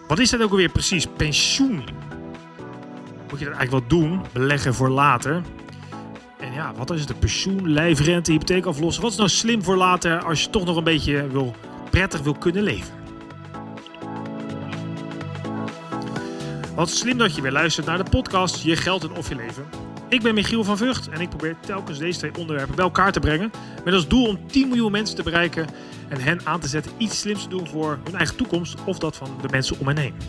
Wat is dat ook alweer precies? Pensioen. Moet je dat eigenlijk wel doen? Beleggen voor later. En ja, wat is het? De pensioen, lijfrente, hypotheek aflossen. Wat is nou slim voor later als je toch nog een beetje prettig wil kunnen leven? Wat slim dat je weer luistert naar de podcast Je Geld en Of Je Leven. Ik ben Michiel van Vught en ik probeer telkens deze 2 onderwerpen bij elkaar te brengen. Met als doel om 10 miljoen mensen te bereiken en hen aan te zetten iets slims te doen voor hun eigen toekomst of dat van de mensen om hen heen.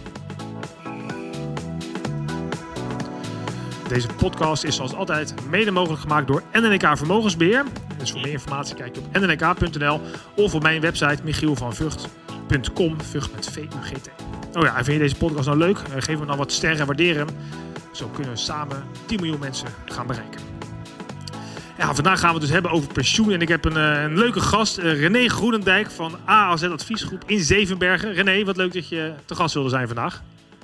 Deze podcast is zoals altijd mede mogelijk gemaakt door NNK Vermogensbeheer. Dus voor meer informatie kijk je op nnk.nl of op mijn website michielvanvught.com, Vught met V-U-G-T. Oh ja, en vind je deze podcast nou leuk? Geef me dan wat sterren en waardeer hem. Zo kunnen we samen 10 miljoen mensen gaan bereiken. Ja, vandaag gaan we het dus hebben over pensioen. En ik heb een leuke gast, René Groenendijk van AAZ Adviesgroep in Zevenbergen. René, wat leuk dat je te gast wilde zijn vandaag.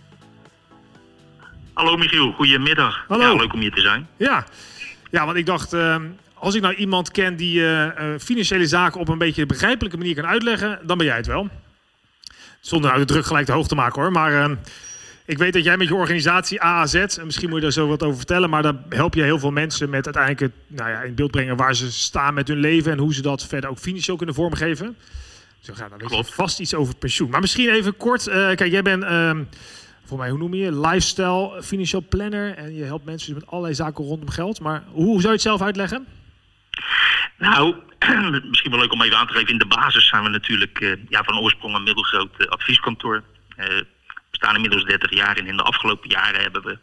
Hallo Michiel, goedemiddag. Hallo. Ja, leuk om hier te zijn. Ja, want ik dacht, als ik nou iemand ken die financiële zaken op een beetje begrijpelijke manier kan uitleggen, dan ben jij het wel. Zonder nou de druk gelijk te hoog te maken hoor, maar ik weet dat jij met je organisatie AAZ, en misschien moet je daar zo wat over vertellen, maar daar help je heel veel mensen met uiteindelijk in beeld brengen waar ze staan met hun leven en hoe ze dat verder ook financieel kunnen vormgeven. Dus dan weet je vast iets over pensioen. Maar misschien even kort, kijk, jij bent voor mij, hoe noem je lifestyle financieel planner en je helpt mensen met allerlei zaken rondom geld. Maar hoe zou je het zelf uitleggen? Nou, misschien wel leuk om even aan te geven. In de basis zijn we natuurlijk van oorsprong een middelgroot advieskantoor. We staan inmiddels 30 jaar en in de afgelopen jaren hebben we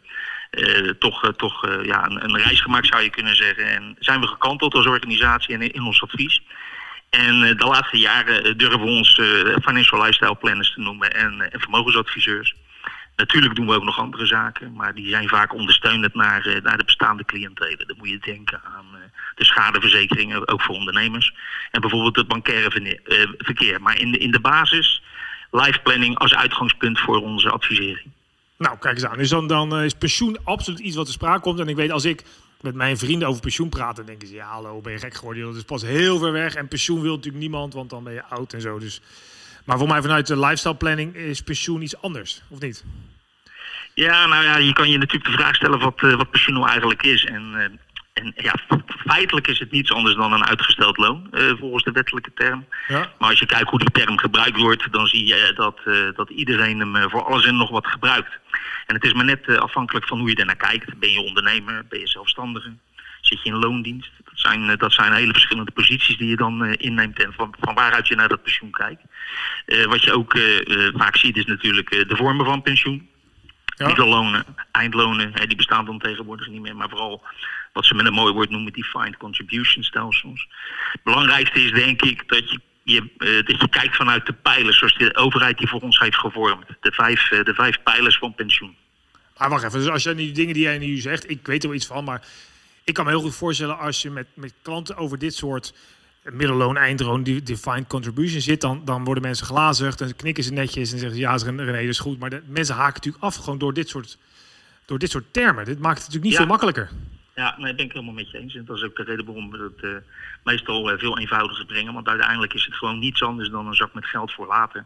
een reis gemaakt, zou je kunnen zeggen. En zijn we gekanteld als organisatie en in ons advies. En de laatste jaren durven we ons financial lifestyle planners te noemen en vermogensadviseurs. Natuurlijk doen we ook nog andere zaken, maar die zijn vaak ondersteunend naar de bestaande cliëntelen. Dan moet je denken aan de schadeverzekeringen, ook voor ondernemers. En bijvoorbeeld het bancaire verkeer. Maar in de basis, life planning als uitgangspunt voor onze advisering. Nou, kijk eens aan. Dus dan is pensioen absoluut iets wat ter sprake komt. En ik weet, als ik met mijn vrienden over pensioen praat, dan denken ze, ja hallo, ben je gek geworden? Dat is pas heel ver weg. En pensioen wil natuurlijk niemand, want dan ben je oud en zo. Dus. Maar voor mij vanuit de lifestyle planning is pensioen iets anders, of niet? Ja, nou ja, je kan je natuurlijk de vraag stellen wat pensioen nou eigenlijk is. En feitelijk is het niets anders dan een uitgesteld loon, volgens de wettelijke term. Ja. Maar als je kijkt hoe die term gebruikt wordt, dan zie je dat iedereen hem voor alles en nog wat gebruikt. En het is maar net afhankelijk van hoe je ernaar kijkt. Ben je ondernemer, ben je zelfstandige, zit je in loondienst? Dat zijn hele verschillende posities die je dan inneemt en van waaruit je naar dat pensioen kijkt. Wat je ook vaak ziet is natuurlijk de vormen van pensioen. Ja. Middellonen, eindlonen, die bestaan dan tegenwoordig niet meer. Maar vooral wat ze met een mooi woord noemen defined contribution stelsels. Het belangrijkste is denk ik dat je kijkt vanuit de pijlers zoals de overheid die voor ons heeft gevormd. De vijf pijlers van pensioen. Maar wacht even, dus als je die dingen die jij nu zegt, ik weet er wel iets van, maar ik kan me heel goed voorstellen als je met klanten over dit soort middelloon, eindloon, die defined contribution zit, dan worden mensen glazig, dan knikken ze netjes en zeggen ze, ja René, dat is goed. Maar mensen haken natuurlijk af gewoon door dit soort termen. Dit maakt het natuurlijk niet veel makkelijker. Ja, nee, ben ik helemaal met je eens. En dat is ook de reden waarom we het meestal veel eenvoudiger brengen. Want uiteindelijk is het gewoon niets anders dan een zak met geld voor later.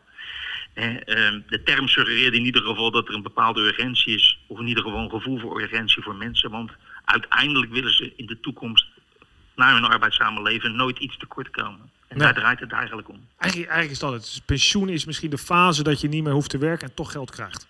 De term suggereert in ieder geval dat er een bepaalde urgentie is, of in ieder geval een gevoel voor urgentie voor mensen. Want uiteindelijk willen ze in de toekomst naar hun arbeidssamenleving nooit iets tekort komen. En daar draait het eigenlijk om. Eigenlijk is dat het. Dus pensioen is misschien de fase dat je niet meer hoeft te werken en toch geld krijgt.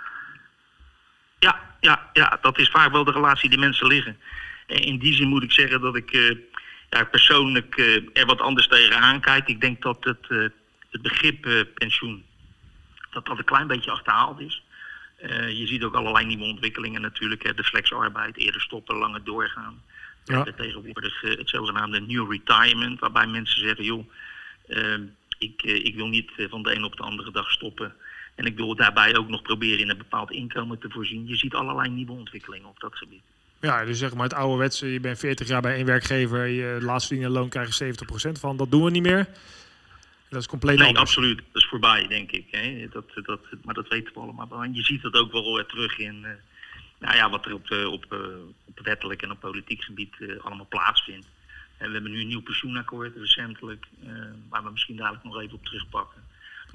Ja, dat is vaak wel de relatie die mensen liggen. In die zin moet ik zeggen dat ik persoonlijk er wat anders tegenaan kijk. Ik denk dat het begrip pensioen, dat een klein beetje achterhaald is. Je ziet ook allerlei nieuwe ontwikkelingen natuurlijk. De flexarbeid, eerder stoppen, langer doorgaan. Ja. Tegenwoordig het zogenaamde new retirement, waarbij mensen zeggen, joh, ik wil niet van de een op de andere dag stoppen. En ik wil daarbij ook nog proberen in een bepaald inkomen te voorzien. Je ziet allerlei nieuwe ontwikkelingen op dat gebied. Ja, dus zeg maar het ouderwetse, je bent 40 jaar bij één werkgever, je laatst verdiende loon krijg je 70% van. Dat doen we niet meer. Dat is compleet anders. Absoluut. Dat is voorbij, denk ik. Hè. Maar dat weten we allemaal. En je ziet dat ook wel terug in wat er op wettelijk en op politiek gebied allemaal plaatsvindt. En we hebben nu een nieuw pensioenakkoord recentelijk, waar we misschien dadelijk nog even op terugpakken.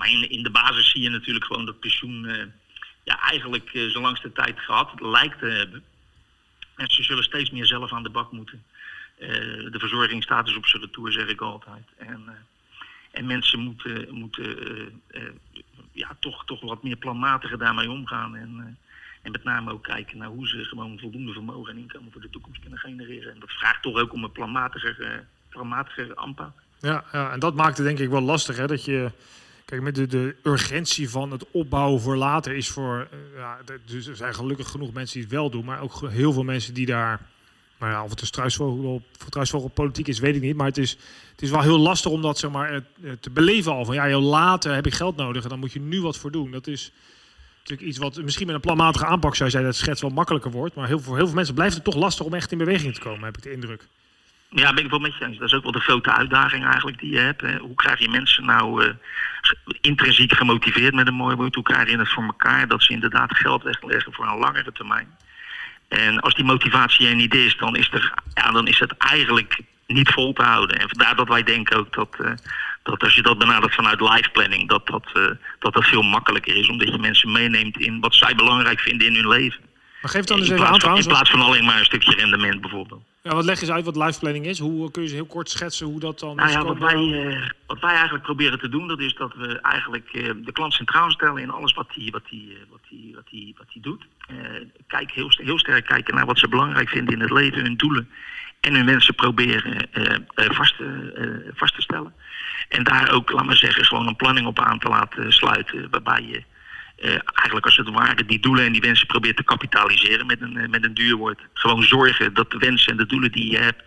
Maar in de basis zie je natuurlijk gewoon dat pensioen eigenlijk zo langste tijd gehad lijkt te hebben. En ze zullen steeds meer zelf aan de bak moeten. De verzorging staat dus op zijn retour, zeg ik altijd. En mensen moeten toch wat meer planmatiger daarmee omgaan. En met name ook kijken naar hoe ze gewoon voldoende vermogen en inkomen voor de toekomst kunnen genereren. En dat vraagt toch ook om een planmatiger aanpak. Ja, en dat maakt het denk ik wel lastig. Hè? Dat je, kijk, met de urgentie van het opbouwen voor later is voor... dus er zijn gelukkig genoeg mensen die het wel doen. Maar ook heel veel mensen die daar... Maar ja, of het een struisvogelpolitiek is, weet ik niet. Maar het is wel heel lastig om dat zeg maar, te beleven al. Van heel later heb ik geld nodig en dan moet je nu wat voor doen. Dat is natuurlijk iets wat misschien met een planmatige aanpak zou zijn dat het schets wel makkelijker wordt. Maar voor heel veel mensen blijft het toch lastig om echt in beweging te komen, heb ik de indruk. Ja, ben ik wel met je eens. Dat is ook wel de grote uitdaging eigenlijk die je hebt. Hè. Hoe krijg je mensen nou intrinsiek gemotiveerd met een mooi woord? Hoe krijg je het voor elkaar dat ze inderdaad geld wegleggen voor een langere termijn? En als die motivatie er niet is, dan is het eigenlijk niet vol te houden. En vandaar dat wij denken ook dat als je dat benadert vanuit life planning, dat veel makkelijker is. Omdat je mensen meeneemt in wat zij belangrijk vinden in hun leven. Maar geef het dan eens even aan. In plaats van alleen maar een stukje rendement bijvoorbeeld. Ja, wat leg eens uit wat life planning is? Hoe kun je heel kort schetsen hoe dat dan... Wat wij eigenlijk proberen te doen, dat is dat we eigenlijk de klant centraal stellen in alles wat hij doet. Kijk heel sterk kijken naar wat ze belangrijk vinden in het leven, hun doelen. En hun wensen proberen vast te stellen. En daar ook, laat maar zeggen, gewoon een planning op aan te laten sluiten. Waarbij je eigenlijk als het ware die doelen en die wensen probeert te kapitaliseren met een duur woord. Gewoon zorgen dat de wensen en de doelen die je hebt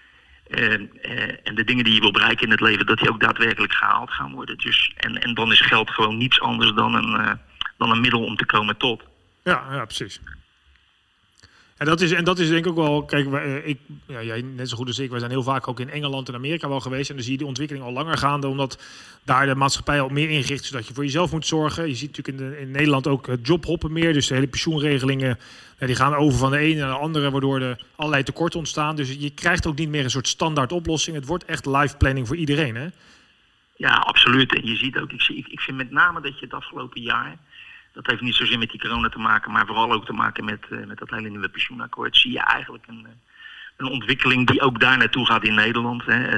en de dingen die je wil bereiken in het leven, dat die ook daadwerkelijk gehaald gaan worden. Dus, en dan is geld gewoon niets anders dan een middel om te komen tot. Ja, precies. En dat is denk ik ook wel... Kijk, jij net zo goed als ik, wij zijn heel vaak ook in Engeland en Amerika wel geweest. En dan zie je die ontwikkeling al langer gaande, omdat daar de maatschappij al meer ingericht is, zodat je voor jezelf moet zorgen. Je ziet natuurlijk in Nederland ook jobhoppen meer. Dus de hele pensioenregelingen, die gaan over van de ene naar de andere, waardoor er allerlei tekorten ontstaan. Dus je krijgt ook niet meer een soort standaard oplossing. Het wordt echt life planning voor iedereen, hè? Ja, absoluut. En je ziet ook, ik vind met name dat je het afgelopen jaar... Dat heeft niet zozeer met die corona te maken, maar vooral ook te maken met dat hele nieuwe pensioenakkoord. Zie je eigenlijk een ontwikkeling die ook daar naartoe gaat in Nederland. Hè.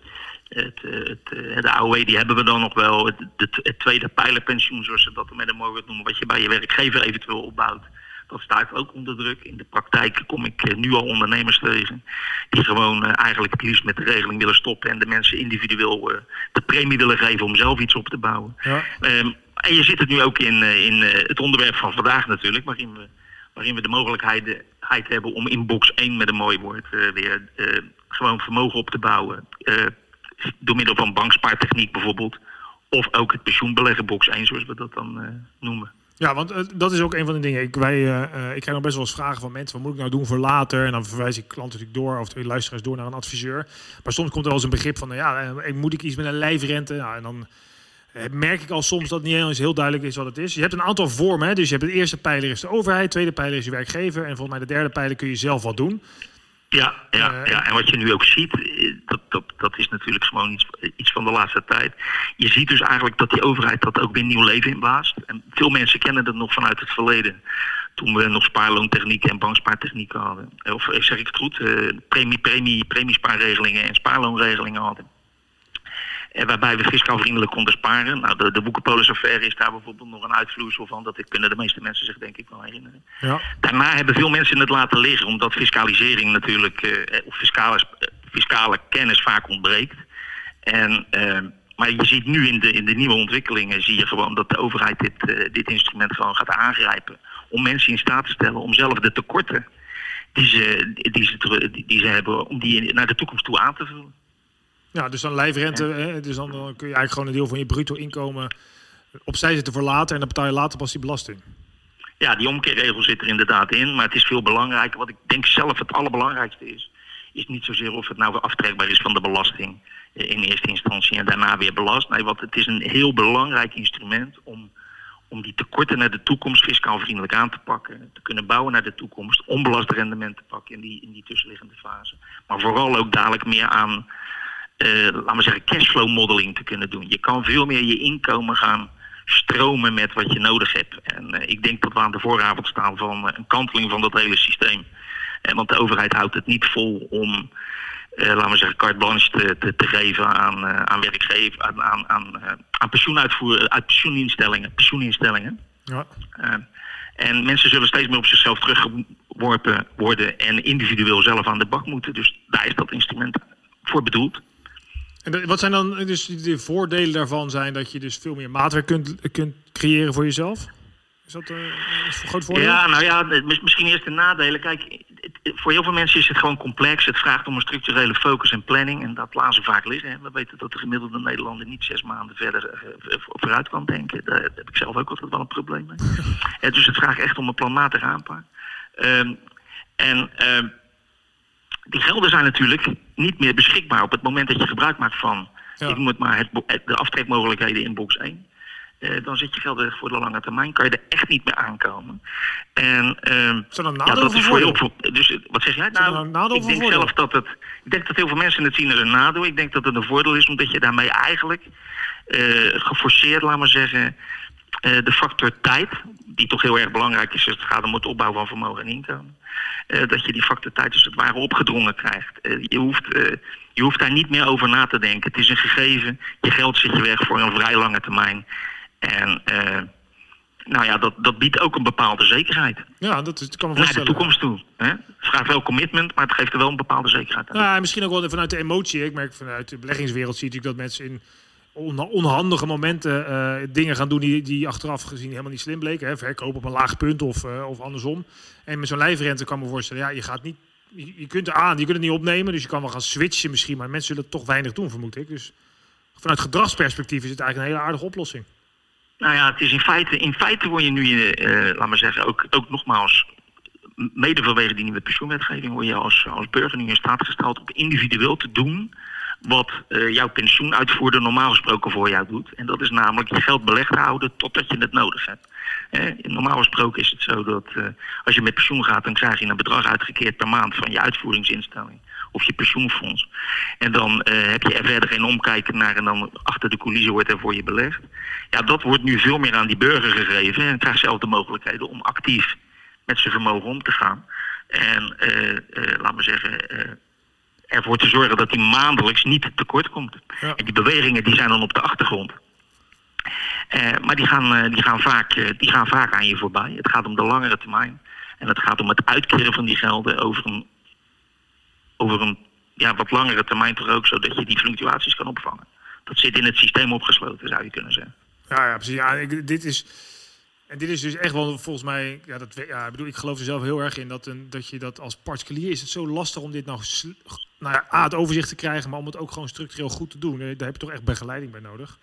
De AOW die hebben we dan nog wel. Het tweede pijlerpensioen, zoals ze dat met een mooi noemen, wat je bij je werkgever eventueel opbouwt. Dat staat ook onder druk. In de praktijk kom ik nu al ondernemers tegen die gewoon eigenlijk het liefst met de regeling willen stoppen en de mensen individueel de premie willen geven om zelf iets op te bouwen. Ja. En je ziet het nu ook in het onderwerp van vandaag natuurlijk, waarin we de mogelijkheid hebben om in box 1 met een mooi woord weer gewoon vermogen op te bouwen. Door middel van bankspaartechniek bijvoorbeeld. Of ook het pensioenbeleggen box 1 zoals we dat dan noemen. Ja, want dat is ook een van de dingen. Ik krijg nog best wel eens vragen van mensen. Wat moet ik nou doen voor later? En dan verwijs ik klanten natuurlijk door, of de luisteraars door naar een adviseur. Maar soms komt er wel eens een begrip van, moet ik iets met een lijfrente? Nou, en dan merk ik al soms dat het niet eens heel duidelijk is wat het is. Je hebt een aantal vormen. Hè? Dus je hebt de eerste pijler is de overheid, tweede pijler is je werkgever. En volgens mij de derde pijler kun je zelf wat doen. Ja. En wat je nu ook ziet, dat is natuurlijk gewoon iets van de laatste tijd. Je ziet dus eigenlijk dat die overheid dat ook weer nieuw leven inblaast. En veel mensen kennen dat nog vanuit het verleden. Toen we nog spaarloontechnieken en bankspaartechnieken hadden. Of zeg ik het goed, premiespaarregelingen en spaarloonregelingen hadden. Waarbij we fiscaal vriendelijk konden sparen. Nou, de Woekerpolis-affaire is daar bijvoorbeeld nog een uitvloeisel van. Dat kunnen de meeste mensen zich denk ik wel herinneren. Ja. Daarna hebben veel mensen het laten liggen. Omdat fiscalisering natuurlijk, of fiscale kennis vaak ontbreekt. Maar je ziet nu in de nieuwe ontwikkelingen, zie je gewoon dat de overheid dit instrument gewoon gaat aangrijpen. Om mensen in staat te stellen om zelf de tekorten die ze hebben, om die naar de toekomst toe aan te vullen. Ja, dus dan lijfrente, dus dan kun je eigenlijk gewoon een deel van je bruto inkomen opzij zetten voor later en dan betaal je later pas die belasting. Ja, die omkeerregel zit er inderdaad in, maar het is veel belangrijker. Wat ik denk zelf het allerbelangrijkste is niet zozeer of het nou aftrekbaar is van de belasting in eerste instantie en daarna weer belast. Nee, want het is een heel belangrijk instrument om die tekorten naar de toekomst fiscaal vriendelijk aan te pakken. Te kunnen bouwen naar de toekomst, onbelast rendement te pakken in die tussenliggende fase. Maar vooral ook dadelijk meer aan laten we zeggen, cashflow modeling te kunnen doen. Je kan veel meer je inkomen gaan stromen met wat je nodig hebt. En ik denk dat we aan de vooravond staan van een kanteling van dat hele systeem. Want de overheid houdt het niet vol om, laten we zeggen, carte blanche te geven aan werkgevers, aan pensioeninstellingen. Ja. En mensen zullen steeds meer op zichzelf teruggeworpen worden en individueel zelf aan de bak moeten. Dus daar is dat instrument voor bedoeld. En wat zijn dan dus de voordelen daarvan? Zijn dat je dus veel meer maatwerk kunt creëren voor jezelf? Is dat een groot voordeel? Ja, nou ja, misschien eerst de nadelen. Kijk, voor heel veel mensen is het gewoon complex. Het vraagt om een structurele focus en planning. En dat laten ze vaak liggen. Hè. We weten dat de gemiddelde Nederlander niet 6 maanden verder vooruit kan denken. Daar heb ik zelf ook altijd wel een probleem mee. Dus het vraagt echt om een planmatige aanpak. Die gelden zijn natuurlijk niet meer beschikbaar op het moment dat je gebruik maakt van, ik noem het maar, de aftrekmogelijkheden in box 1. Dan zit je geld weg voor de lange termijn. Kan je er echt niet meer aankomen. En dat is voor heel veel. Dus wat zeg jij? Nou, ik denk zelf ik denk dat heel veel mensen het zien als een nadeel. Ik denk dat het een voordeel is, omdat je daarmee eigenlijk geforceerd, laten we zeggen, de factor tijd, die toch heel erg belangrijk is als het gaat om het opbouwen van vermogen en inkomen. Dat je die factor tijd als het ware opgedrongen krijgt. Je hoeft daar niet meer over na te denken. Het is een gegeven. Je geld zit je weg voor een vrij lange termijn. En dat biedt ook een bepaalde zekerheid. Ja, dat kan me naar de toekomst toe. Hè? Het vraagt wel commitment, maar het geeft er wel een bepaalde zekerheid aan. Ja, misschien ook wel vanuit de emotie. Ik merk vanuit de beleggingswereld zie ik dat mensen in onhandige momenten dingen gaan doen die achteraf gezien helemaal niet slim bleken. Hè? Verkopen op een laag punt of andersom. En met zo'n lijfrente kan ik me voorstellen, ja, je gaat niet, je kunt je kunt het niet opnemen, dus je kan wel gaan switchen misschien, maar mensen zullen toch weinig doen, vermoed ik. Dus vanuit gedragsperspectief is het eigenlijk een hele aardige oplossing. Nou ja, het is in feite word je nu, laat maar zeggen, ook nogmaals, mede vanwege die nieuwe pensioenwetgeving, word je als burger nu in staat gesteld om individueel te doen wat jouw pensioenuitvoerder normaal gesproken voor jou doet. En dat is namelijk je geld belegd houden totdat je het nodig hebt. Normaal gesproken is het zo dat als je met pensioen gaat, dan krijg je een bedrag uitgekeerd per maand van je uitvoeringsinstelling of je pensioenfonds. En dan heb je er verder geen omkijken naar en dan achter de coulissen wordt er voor je belegd. Ja, dat wordt nu veel meer aan die burger gegeven en krijgt zelf de mogelijkheden om actief met zijn vermogen om te gaan. En laat me zeggen, ervoor te zorgen dat hij maandelijks niet tekort komt. Ja. En die bewegingen die zijn dan op de achtergrond. Maar die gaan vaak aan je voorbij. Het gaat om de langere termijn. En het gaat om het uitkeren van die gelden over een wat langere termijn toch ook, zodat je die fluctuaties kan opvangen. Dat zit in het systeem opgesloten, zou je kunnen zeggen. Ja, precies. Ja, dit is dus echt wel volgens mij, ik geloof er zelf heel erg in dat je dat als particulier is het zo lastig om dit het overzicht te krijgen, maar om het ook gewoon structureel goed te doen. Daar heb je toch echt begeleiding bij nodig.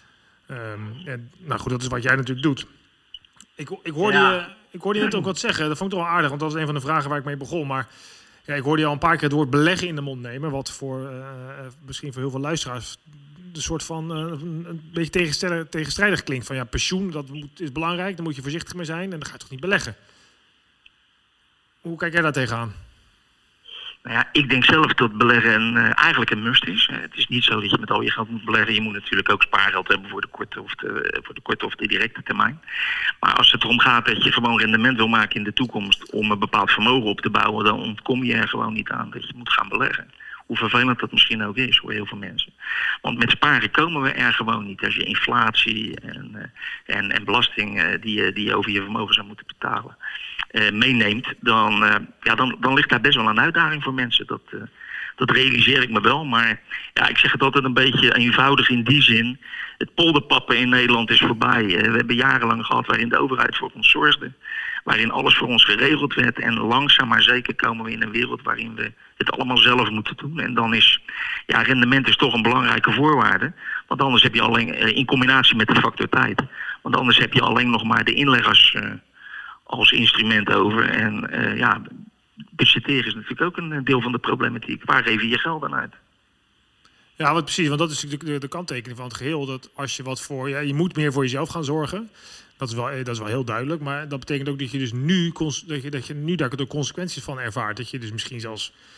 Dat is wat jij natuurlijk doet. Ik hoorde je net ook wat zeggen. Dat vond ik toch wel aardig, want dat was een van de vragen waar ik mee begon. Maar ja, ik hoorde je al een paar keer het woord beleggen in de mond nemen, wat voor misschien voor heel veel luisteraars een soort van een beetje tegenstrijdig klinkt. Van ja, pensioen, is belangrijk, daar moet je voorzichtig mee zijn en dan ga je toch niet beleggen. Hoe kijk jij daar tegenaan? Nou ja, ik denk zelf dat beleggen eigenlijk een must is. Het is niet zo dat je met al je geld moet beleggen. Je moet natuurlijk ook spaargeld hebben voor de korte of de directe termijn. Maar als het erom gaat dat je gewoon rendement wil maken in de toekomst om een bepaald vermogen op te bouwen, dan ontkom je er gewoon niet aan dat je moet gaan beleggen. Hoe vervelend dat misschien ook is voor heel veel mensen. Want met sparen komen we er gewoon niet. Als je inflatie en belasting die je over je vermogen zou moeten betalen meeneemt, dan ligt daar best wel een uitdaging voor mensen. Dat realiseer ik me wel. Maar ja, ik zeg het altijd een beetje eenvoudig in die zin. Het polderpappen in Nederland is voorbij. We hebben jarenlang gehad waarin de overheid voor ons zorgde. Waarin alles voor ons geregeld werd. En langzaam maar zeker komen we in een wereld waarin we het allemaal zelf moeten doen. En dan is rendement is toch een belangrijke voorwaarde. Want anders heb je alleen, in combinatie met de factor tijd. Want anders heb je alleen nog maar de inleg als instrument over. En budgetteren is natuurlijk ook een deel van de problematiek. Waar geef je je geld aan uit? Ja, precies. Want dat is natuurlijk de kanttekening van het geheel. Dat als je je moet meer voor jezelf gaan zorgen. Dat is wel heel duidelijk. Maar dat betekent ook dat je dus nu daar de consequenties van ervaart. Dat je dus misschien zelfs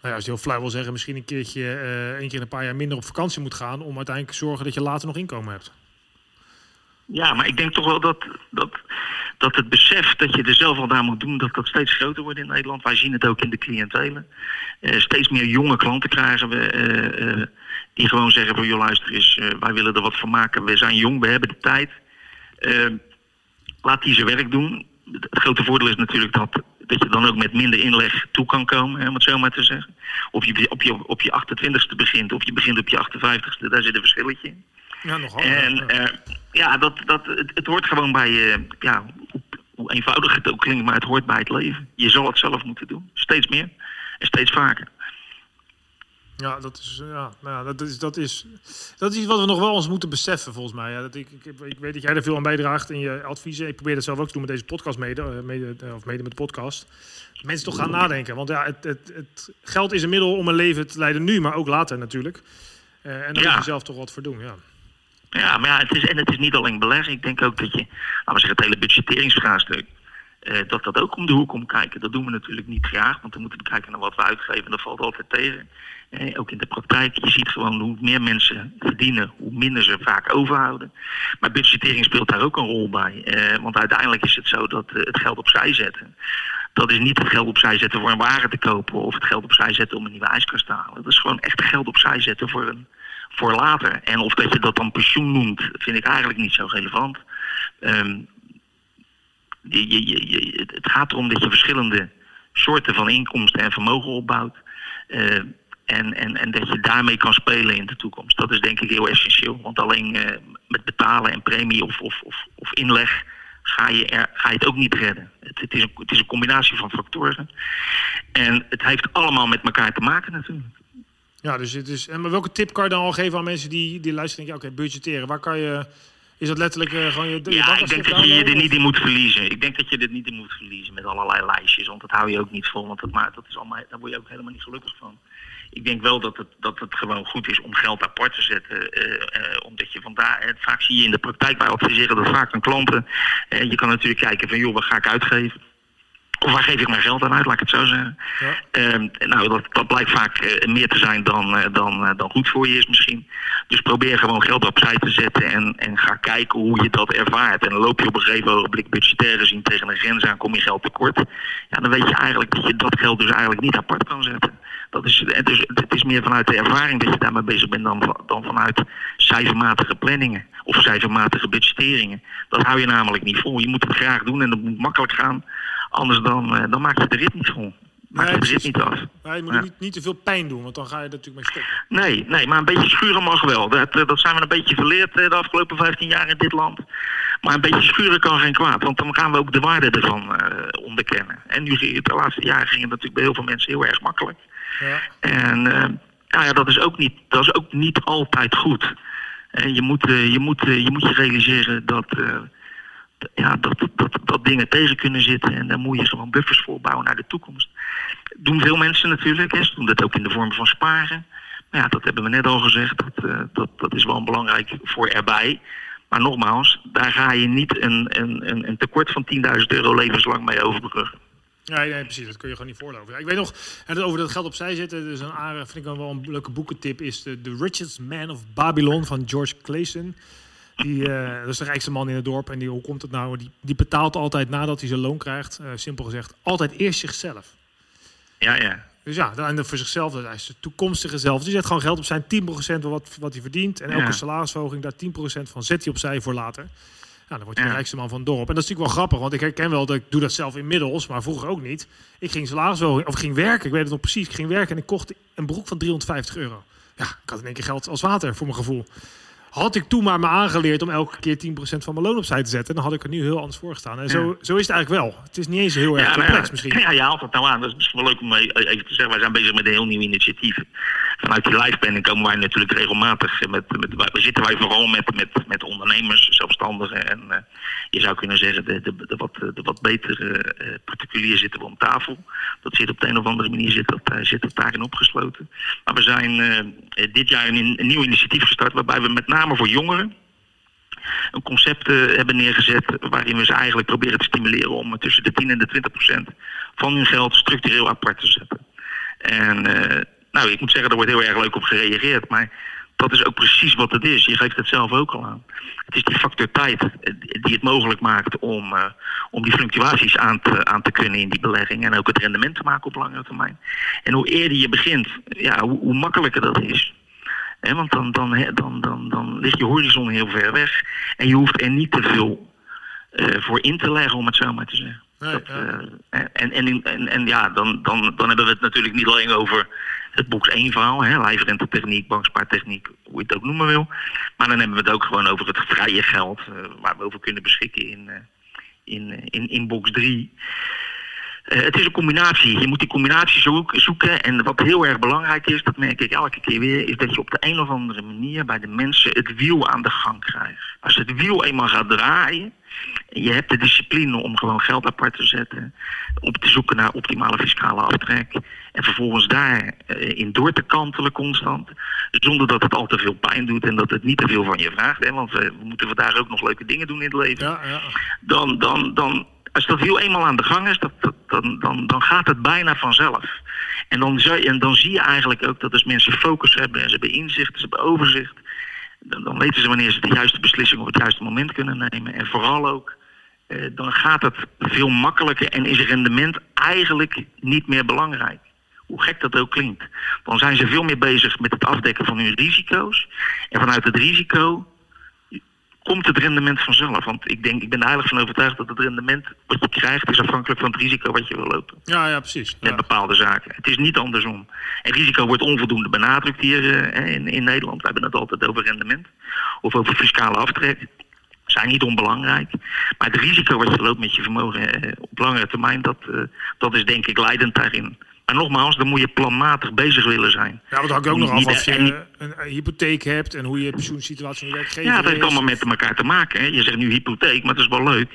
Nou ja, als je heel flauw wil zeggen, misschien een keer in een paar jaar minder op vakantie moet gaan om uiteindelijk te zorgen dat je later nog inkomen hebt. Ja, maar ik denk toch wel dat het besef dat je er zelf al naar moet doen, dat steeds groter wordt in Nederland. Wij zien het ook in de cliëntelen. Steeds meer jonge klanten krijgen we die gewoon zeggen van, joh, luister eens, wij willen er wat van maken. We zijn jong, we hebben de tijd. Laat die zijn werk doen. Het grote voordeel is natuurlijk dat je dan ook met minder inleg toe kan komen, om het zo maar te zeggen. Of je op je 28ste begint, of je begint op je 58ste, daar zit een verschilletje in. Ja, nogal. En het hoort gewoon bij, hoe eenvoudig het ook klinkt, maar het hoort bij het leven. Je zal het zelf moeten doen, steeds meer en steeds vaker. Ja, dat is iets wat we nog wel eens moeten beseffen, volgens mij. Ja, ik weet dat jij er veel aan bijdraagt in je adviezen. Ik probeer dat zelf ook te doen met deze podcast mede met de podcast. Mensen toch gaan nadenken. Want ja, het geld is een middel om een leven te leiden nu, maar ook later natuurlijk. En daar moet je zelf toch wat voor doen, ja. Ja, maar het is niet alleen beleggen. Ik denk ook dat je, laten we zeggen, het hele budgetteringsvraagstuk, dat ook om de hoek komt kijken. Dat doen we natuurlijk niet graag, want we moeten kijken naar wat we uitgeven en dat valt altijd tegen. Ook in de praktijk, je ziet gewoon hoe meer mensen verdienen, hoe minder ze vaak overhouden. Maar budgettering speelt daar ook een rol bij. Want uiteindelijk is het zo dat het geld opzij zetten, dat is niet het geld opzij zetten voor een wagen te kopen of het geld opzij zetten om een nieuwe ijskast te halen. Dat is gewoon echt geld opzij zetten voor later. En of dat je dat dan pensioen noemt, vind ik eigenlijk niet zo relevant. Het gaat erom dat je verschillende soorten van inkomsten en vermogen opbouwt. En dat je daarmee kan spelen in de toekomst. Dat is denk ik heel essentieel. Want alleen met betalen en premie of inleg ga je het ook niet redden. Het is een combinatie van factoren. En het heeft allemaal met elkaar te maken natuurlijk. Ja, dus het is. Maar welke tip kan je dan al geven aan mensen die luisteren en denken, oké, budgetteren. Waar kan je. Is dat letterlijk gewoon je. Ja, ik denk dat je je er niet in moet verliezen. Ik denk dat je er niet in moet verliezen met allerlei lijstjes. Want dat hou je ook niet vol. Want dat is allemaal, daar word je ook helemaal niet gelukkig van. Ik denk wel dat het gewoon goed is om geld apart te zetten. Omdat je vandaar. Vaak zie je in de praktijk, wij adviseren dat vaak aan klanten. Je kan natuurlijk kijken van, joh, wat ga ik uitgeven? Of waar geef ik mijn geld aan uit, laat ik het zo zeggen. Ja. Dat blijkt vaak meer te zijn dan goed voor je is misschien. Dus probeer gewoon geld opzij te zetten en ga kijken hoe je dat ervaart. En dan loop je op een gegeven ogenblik budgetair gezien tegen een grens aan, kom je geld tekort. Ja, dan weet je eigenlijk dat je dat geld dus eigenlijk niet apart kan zetten. Dus het is meer vanuit de ervaring dat je daarmee bezig bent dan vanuit cijfermatige planningen of cijfermatige budgetteringen. Dat hou je namelijk niet vol. Je moet het graag doen en dat moet makkelijk gaan. Anders dan maak je de rit niet vol. Maak je de rit niet af. Maar je moet niet te veel pijn doen, want dan ga je er natuurlijk mee stoppen. Nee, maar een beetje schuren mag wel. Dat zijn we een beetje verleerd de afgelopen 15 jaar in dit land. Maar een beetje schuren kan geen kwaad, want dan gaan we ook de waarde ervan onderkennen. En nu de laatste jaren ging het natuurlijk bij heel veel mensen heel erg makkelijk. Ja. En dat is ook niet altijd goed. En je moet je realiseren dat dingen tegen kunnen zitten. En daar moet je gewoon buffers voor bouwen naar de toekomst. Doen veel mensen natuurlijk. Ze doen dat ook in de vorm van sparen. Maar ja, dat hebben we net al gezegd. Dat is wel belangrijk voor erbij. Maar nogmaals, daar ga je niet een tekort van €10.000 levenslang mee overbruggen. Nee, precies. Dat kun je gewoon niet voorlopen. Ja, ik weet nog, over dat geld opzij zetten. Dus vind ik dan wel een leuke boekentip. Is The Richest Man of Babylon van George Clason. Dat is de rijkste man in het dorp. En hoe komt het nou? Die betaalt altijd nadat hij zijn loon krijgt. Simpel gezegd, altijd eerst zichzelf. Ja. Dus ja, en voor zichzelf, dat is de toekomstige zelf. Die zet gewoon geld op zijn 10% wat hij verdient. En elke salarisverhoging, daar 10% van zet hij opzij voor later. Ja, dan wordt hij de rijkste man van het dorp. En dat is natuurlijk wel grappig, want ik herken wel dat ik doe dat zelf inmiddels, maar vroeger ook niet. Ik ging salarisverhoging, of ging werken, ik weet het nog precies. Ik ging werken en ik kocht een broek van €350. Ja, ik had in één keer geld als water, voor mijn gevoel. Had ik toen maar me aangeleerd om elke keer 10% van mijn loon opzij te zetten, dan had ik er nu heel anders voor gestaan. En zo is het eigenlijk wel. Het is niet eens heel erg complex misschien. Ja, je haalt het nou aan. Dat is misschien wel leuk om even te zeggen. Wij zijn bezig met een heel nieuw initiatief. Vanuit die liveplanning komen wij natuurlijk regelmatig zitten wij vooral met ondernemers, zelfstandigen. En je zou kunnen zeggen, de wat betere particulier zitten we om tafel. Dat zit op de een of andere manier zit dat daarin opgesloten. Maar we zijn dit jaar een nieuw initiatief gestart waarbij we met name voor jongeren een concept hebben neergezet waarin we ze eigenlijk proberen te stimuleren om tussen de 10 en de 20% van hun geld structureel apart te zetten. En ik moet zeggen, er wordt heel erg leuk op gereageerd. Maar dat is ook precies wat het is. Je geeft het zelf ook al aan. Het is die factor tijd die het mogelijk maakt om die fluctuaties aan te kunnen in die belegging. En ook het rendement te maken op langere termijn. En hoe eerder je begint, hoe makkelijker dat is. Want dan ligt je horizon heel ver weg. En je hoeft er niet te veel voor in te leggen, om het zo maar te zeggen. Dan hebben we het natuurlijk niet alleen over het box 1 verhaal, lijfrentetechniek, bankspaartechniek, hoe je het ook noemen wil. Maar dan hebben we het ook gewoon over het vrije geld, waar we over kunnen beschikken in box 3. Het is een combinatie. Je moet die combinatie zoeken. En wat heel erg belangrijk is, dat merk ik elke keer weer, is dat je op de een of andere manier bij de mensen het wiel aan de gang krijgt. Als het wiel eenmaal gaat draaien, en je hebt de discipline om gewoon geld apart te zetten, om te zoeken naar optimale fiscale aftrek, en vervolgens daarin door te kantelen constant, zonder dat het al te veel pijn doet en dat het niet te veel van je vraagt. Want we moeten vandaag ook nog leuke dingen doen in het leven. Ja. Dan als dat wiel eenmaal aan de gang is, dan gaat het bijna vanzelf. En dan zie je eigenlijk ook dat als mensen focus hebben en ze hebben inzicht, ze hebben overzicht, dan weten ze wanneer ze de juiste beslissing op het juiste moment kunnen nemen. En vooral ook, dan gaat het veel makkelijker en is rendement eigenlijk niet meer belangrijk. Hoe gek dat ook klinkt. Dan zijn ze veel meer bezig met het afdekken van hun risico's. En vanuit het risico komt het rendement vanzelf. Want ik ben er eigenlijk van overtuigd dat het rendement wat je krijgt is afhankelijk van het risico wat je wil lopen. Ja, precies. Met bepaalde zaken. Het is niet andersom. En risico wordt onvoldoende benadrukt hier in Nederland. We hebben het altijd over rendement. Of over fiscale aftrek. Zijn niet onbelangrijk. Maar het risico wat je loopt met je vermogen op langere termijn, dat is denk ik leidend daarin. Maar nogmaals, dan moet je planmatig bezig willen zijn. Ja, want dan hangt ook nog af als je een hypotheek hebt en hoe je pensioensituatie in je werkgever is. Ja, dat heeft allemaal met elkaar te maken. Hè. Je zegt nu hypotheek, maar dat is wel leuk.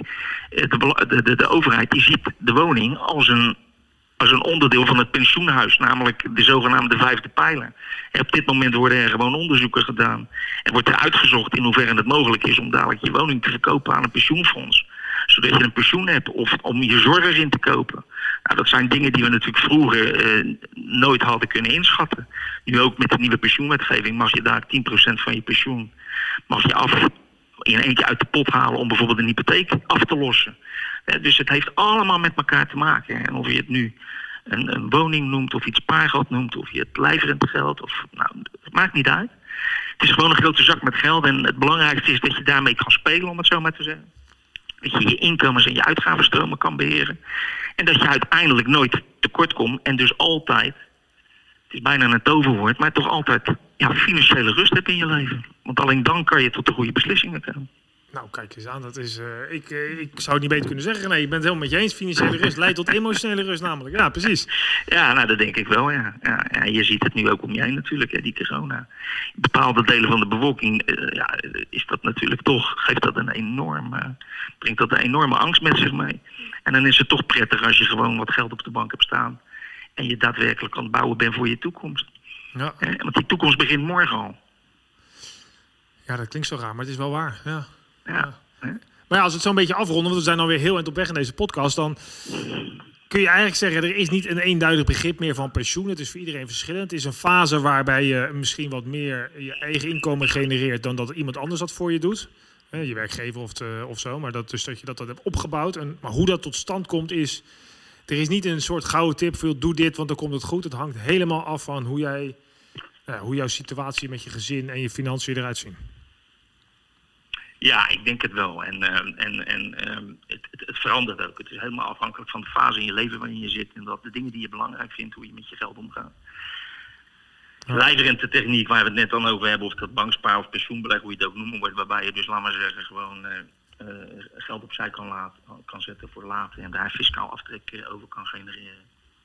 De overheid die ziet de woning als een onderdeel van het pensioenhuis, namelijk de zogenaamde 5e pijler. En op dit moment worden er gewoon onderzoeken gedaan. En wordt er uitgezocht in hoeverre het mogelijk is om dadelijk je woning te verkopen aan een pensioenfonds. Zodat je een pensioen hebt of om je zorg in te kopen. Nou, dat zijn dingen die we natuurlijk vroeger nooit hadden kunnen inschatten. Nu ook met de nieuwe pensioenwetgeving mag je daar 10% van je pensioen mag je in eentje uit de pot halen om bijvoorbeeld een hypotheek af te lossen. Dus het heeft allemaal met elkaar te maken. En of je het nu een woning noemt, of je het spaargeld noemt, of je het lijfrentegeld, het maakt niet uit. Het is gewoon een grote zak met geld en het belangrijkste is dat je daarmee kan spelen, om het zo maar te zeggen. Dat je je inkomens en je uitgavenstromen kan beheren. En dat je uiteindelijk nooit tekort komt en dus altijd, het is bijna een toverwoord, maar toch altijd financiële rust hebt in je leven. Want alleen dan kan je tot de goede beslissingen komen. Nou, kijk eens aan. Dat is, ik zou het niet beter kunnen zeggen. Nee, je bent het helemaal met je eens. Financiële rust leidt tot emotionele rust namelijk. Ja, precies. Ja, dat denk ik wel, ja. Je ziet het nu ook om je heen natuurlijk, hè, die corona. In bepaalde delen van de bevolking is dat natuurlijk toch, brengt dat een enorme angst met zich mee. En dan is het toch prettig als je gewoon wat geld op de bank hebt staan. En je daadwerkelijk aan het bouwen bent voor je toekomst. Ja. Want die toekomst begint morgen al. Ja, dat klinkt zo raar, maar het is wel waar. Ja. Maar ja, als we het zo'n beetje afronden, want we zijn alweer heel eind op weg in deze podcast, dan kun je eigenlijk zeggen, er is niet een eenduidig begrip meer van pensioen. Het is voor iedereen verschillend. Het is een fase waarbij je misschien wat meer je eigen inkomen genereert dan dat iemand anders dat voor je doet. Je werkgever of zo, maar dat je dat hebt opgebouwd. Maar hoe dat tot stand komt is, er is niet een soort gouden tip voor doe dit, want dan komt het goed. Het hangt helemaal af van hoe jouw situatie met je gezin en je financiën eruit zien. Ja, ik denk het wel. En het verandert ook. Het is helemaal afhankelijk van de fase in je leven waarin je zit. En dat de dingen die je belangrijk vindt, hoe je met je geld omgaat. Lijfrentetechniek, waar we het net dan over hebben, of dat bankspaar of pensioenbeleg, hoe je het ook noemen wordt, waarbij je dus, laat maar zeggen, gewoon geld opzij kan zetten voor later en daar fiscaal aftrek over kan genereren.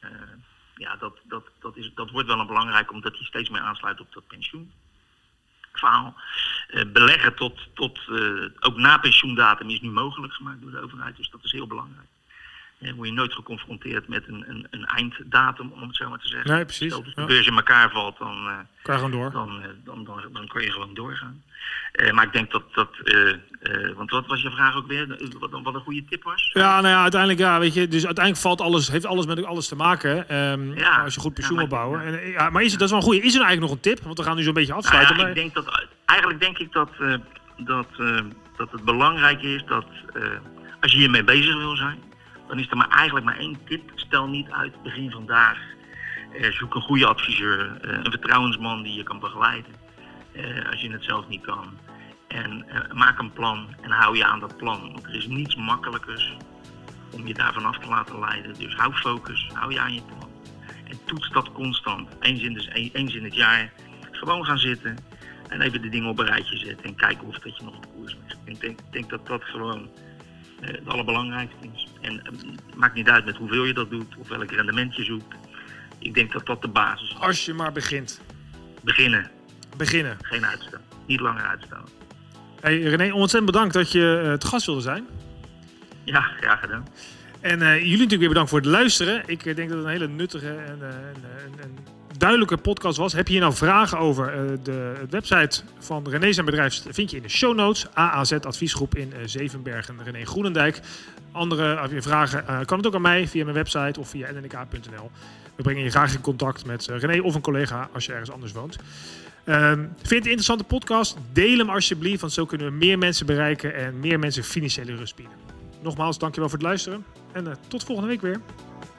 Dat wordt wel een belangrijk, omdat je steeds meer aansluit op dat pensioenverhaal. Beleggen tot ook na pensioendatum is nu mogelijk gemaakt door de overheid, dus dat is heel belangrijk. word je nooit geconfronteerd met een einddatum, om het zo maar te zeggen. Nee, precies. Stel dat de beurs in elkaar valt, dan kan je gewoon door. Dan kan je gewoon doorgaan. Maar ik denk want wat was je vraag ook weer? Wat een goede tip was? Ja, nou ja, uiteindelijk, weet je, dus uiteindelijk heeft alles met alles te maken. Als je goed pensioen wil bouwen. Maar dat is wel een goede. Is er eigenlijk nog een tip? Want we gaan nu zo'n beetje afsluiten. Nou ja, eigenlijk denk ik dat het belangrijk is dat als je hiermee bezig wil zijn, dan is er eigenlijk maar één tip. Stel niet uit begin vandaag. Zoek een goede adviseur, een vertrouwensman die je kan begeleiden. Als je het zelf niet kan. En maak een plan en hou je aan dat plan. Want er is niets makkelijkers om je daarvan af te laten leiden. Dus hou focus, hou je aan je plan. En toets dat constant. Eens in het jaar. Gewoon gaan zitten en even de dingen op een rijtje zetten. En kijken of dat je nog op koers bent. Ik denk dat dat gewoon het allerbelangrijkste is. En het maakt niet uit met hoeveel je dat doet of welk rendement je zoekt. Ik denk dat dat de basis is. Als je maar begint. Beginnen. Geen uitstel. Niet langer uitstellen. Hey René, ontzettend bedankt dat je te gast wilde zijn. Ja, graag gedaan. En jullie natuurlijk weer bedankt voor het luisteren. Ik denk dat het een hele nuttige en duidelijke podcast was. Heb je hier nou vragen over de website van René zijn bedrijf? Vind je in de show notes. AAZ Adviesgroep in Zevenbergen, René Groenendijk. Andere vragen kan het ook aan mij via mijn website of via nnk.nl. We brengen je graag in contact met René of een collega als je ergens anders woont. Vind je het een interessante podcast? Deel hem alsjeblieft, want zo kunnen we meer mensen bereiken en meer mensen financiële rust bieden. Nogmaals, dankjewel voor het luisteren en tot volgende week weer.